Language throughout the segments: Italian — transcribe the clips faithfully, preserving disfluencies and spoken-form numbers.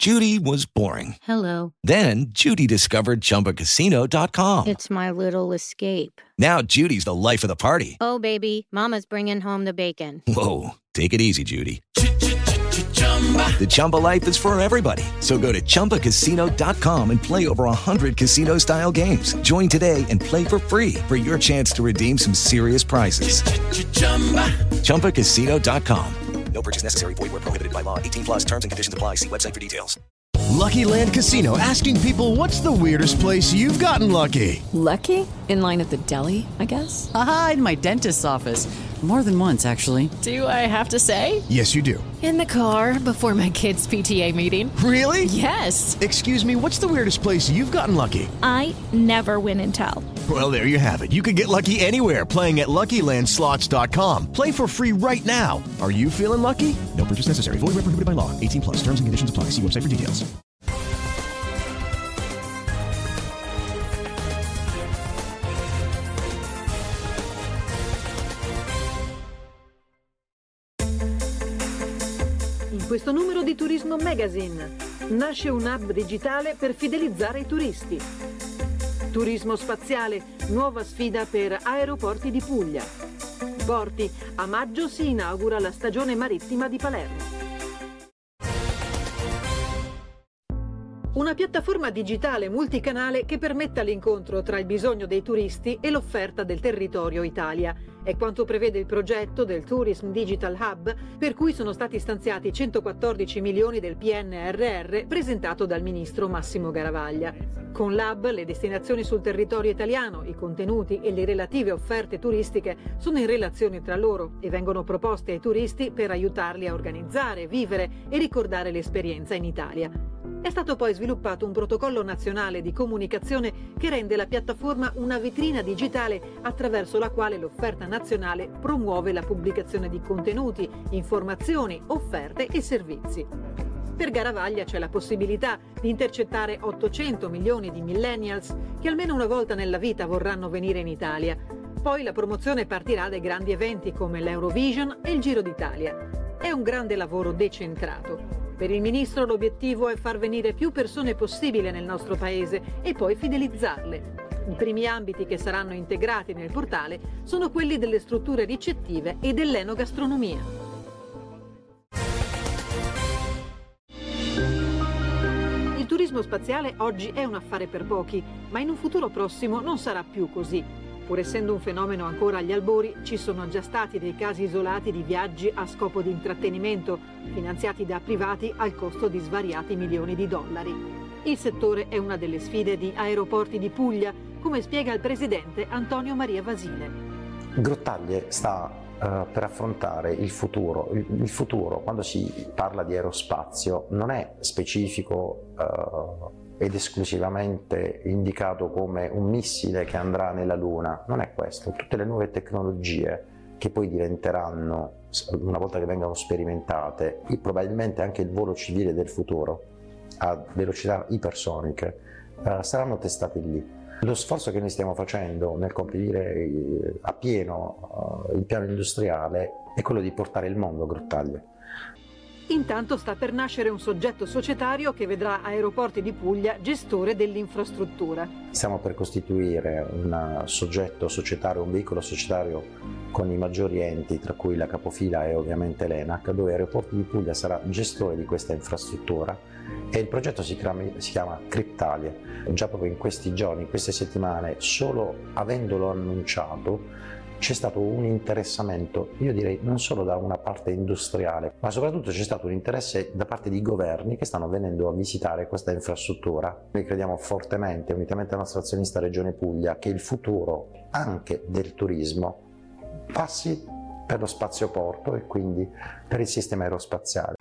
Judy was boring. Hello. Then Judy discovered Chumba Casino dot com. It's my little escape. Now Judy's the life of the party. Oh, baby, mama's bringing home the bacon. Whoa, take it easy, Judy. The Chumba life is for everybody. So go to Chumba Casino dot com and play over one hundred casino-style games. Join today and play for free for your chance to redeem some serious prizes. Chumba Casino dot com. No purchase necessary. Void where prohibited by law. eighteen plus terms and conditions apply. See website for details. Lucky Land Casino, asking people, what's the weirdest place you've gotten lucky? Lucky? In line at the deli, I guess? Aha, in my dentist's office. More than once, actually. Do I have to say? Yes, you do. In the car before my kids' P T A meeting. Really? Yes. Excuse me, what's the weirdest place you've gotten lucky? I never win and tell. Well, there you have it. You can get lucky anywhere, playing at Lucky Land Slots dot com. Play for free right now. Are you feeling lucky? No purchase necessary. Void where prohibited by law. eighteen plus. Terms and conditions apply. See website for details. In questo numero di Turismo Magazine nasce un hub digitale per fidelizzare i turisti. Turismo spaziale, nuova sfida per Aeroporti di Puglia. Porti, a maggio si inaugura la stagione marittima di Palermo. Una piattaforma digitale multicanale che permetta l'incontro tra il bisogno dei turisti e l'offerta del territorio Italia. È quanto prevede il progetto del Tourism Digital Hub, per cui sono stati stanziati centoquattordici milioni del P N R R presentato dal ministro Massimo Garavaglia. Con l'Hub le destinazioni sul territorio italiano, i contenuti e le relative offerte turistiche sono in relazione tra loro e vengono proposte ai turisti per aiutarli a organizzare, vivere e ricordare l'esperienza in Italia. È stato poi sviluppato un protocollo nazionale di comunicazione che rende la piattaforma una vetrina digitale attraverso la quale l'offerta nazionale promuove la pubblicazione di contenuti, informazioni, offerte e servizi. Per Garavaglia c'è la possibilità di intercettare ottocento milioni di millennials che almeno una volta nella vita vorranno venire in Italia. Poi la promozione partirà dai grandi eventi come l'Eurovision e il Giro d'Italia. È un grande lavoro decentrato. Per il ministro l'obiettivo è far venire più persone possibile nel nostro paese e poi fidelizzarle. I primi ambiti che saranno integrati nel portale sono quelli delle strutture ricettive e dell'enogastronomia. Il turismo spaziale oggi è un affare per pochi, ma in un futuro prossimo non sarà più così. Pur essendo un fenomeno ancora agli albori, ci sono già stati dei casi isolati di viaggi a scopo di intrattenimento, finanziati da privati al costo di svariati milioni di dollari. Il settore è una delle sfide di Aeroporti di Puglia, come spiega il presidente Antonio Maria Vasile. Grottaglie sta uh, per affrontare il futuro. Il, il futuro, quando si parla di aerospazio, non è specifico uh, ed esclusivamente indicato come un missile che andrà nella Luna. Non è questo. Tutte le nuove tecnologie che poi diventeranno, una volta che vengano sperimentate, e probabilmente anche il volo civile del futuro a velocità ipersoniche, uh, saranno testate lì. Lo sforzo che noi stiamo facendo nel completare a pieno uh, il piano industriale è quello di portare il mondo a Grottaglie. Intanto sta per nascere un soggetto societario che vedrà Aeroporti di Puglia gestore dell'infrastruttura. Stiamo per costituire un soggetto societario, un veicolo societario con i maggiori enti, tra cui la capofila è ovviamente l'ENAC, dove Aeroporti di Puglia sarà gestore di questa infrastruttura e il progetto si chiama, si chiama Cryptalia. Già proprio in questi giorni, in queste settimane, solo avendolo annunciato, c'è stato un interessamento, io direi non solo da una parte industriale, ma soprattutto c'è stato un interesse da parte di governi che stanno venendo a visitare questa infrastruttura. Noi crediamo fortemente, unitamente alla nostra azionista Regione Puglia, che il futuro anche del turismo passi per lo spazioporto e quindi per il sistema aerospaziale.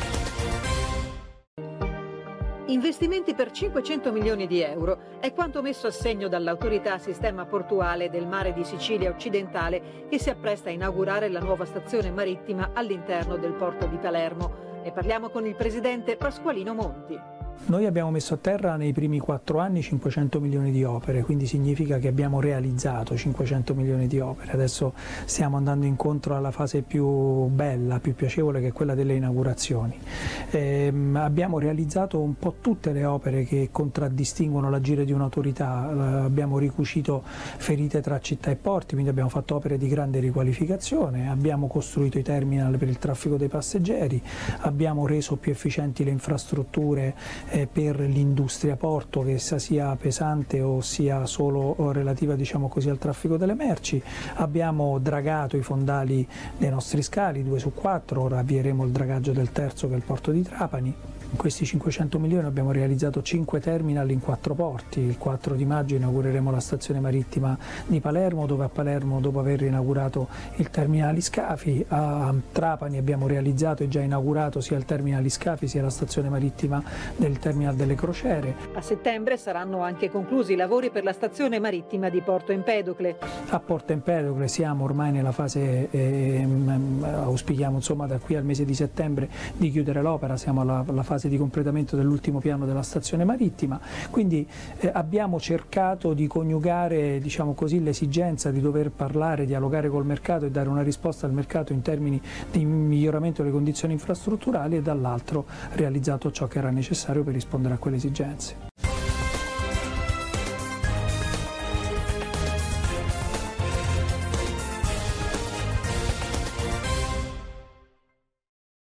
Investimenti per cinquecento milioni di euro è quanto messo a segno dall'autorità Sistema Portuale del Mare di Sicilia Occidentale, che si appresta a inaugurare la nuova stazione marittima all'interno del porto di Palermo. Ne parliamo con il presidente Pasqualino Monti. Noi abbiamo messo a terra nei primi quattro anni cinquecento milioni di opere, quindi significa che abbiamo realizzato cinquecento milioni di opere. Adesso stiamo andando incontro alla fase più bella, più piacevole, che è quella delle inaugurazioni. Eh, abbiamo realizzato un po' tutte le opere che contraddistinguono l'agire di un'autorità, eh, abbiamo ricucito ferite tra città e porti, quindi abbiamo fatto opere di grande riqualificazione, abbiamo costruito i terminal per il traffico dei passeggeri, abbiamo reso più efficienti le infrastrutture per l'industria porto, che essa sia pesante o sia solo relativa, diciamo così, al traffico delle merci. Abbiamo dragato i fondali dei nostri scali due su quattro, ora avvieremo il dragaggio del terzo, che è il porto di Trapani. In questi cinquecento milioni abbiamo realizzato cinque terminal in quattro porti. Il quattro di maggio inaugureremo la stazione marittima di Palermo, dove a Palermo, dopo aver inaugurato il terminale scafi, a Trapani abbiamo realizzato e già inaugurato sia il terminale scafi sia la stazione marittima del terminal delle crociere. A settembre saranno anche conclusi i lavori per la stazione marittima di Porto Empedocle. A Porto Empedocle siamo ormai nella fase, eh, auspichiamo insomma da qui al mese di settembre di chiudere l'opera, siamo alla, alla fase di completamento dell'ultimo piano della stazione marittima, quindi eh, abbiamo cercato di coniugare, diciamo così, l'esigenza di dover parlare, dialogare col mercato e dare una risposta al mercato in termini di miglioramento delle condizioni infrastrutturali, e dall'altro realizzato ciò che era necessario per rispondere a quelle esigenze.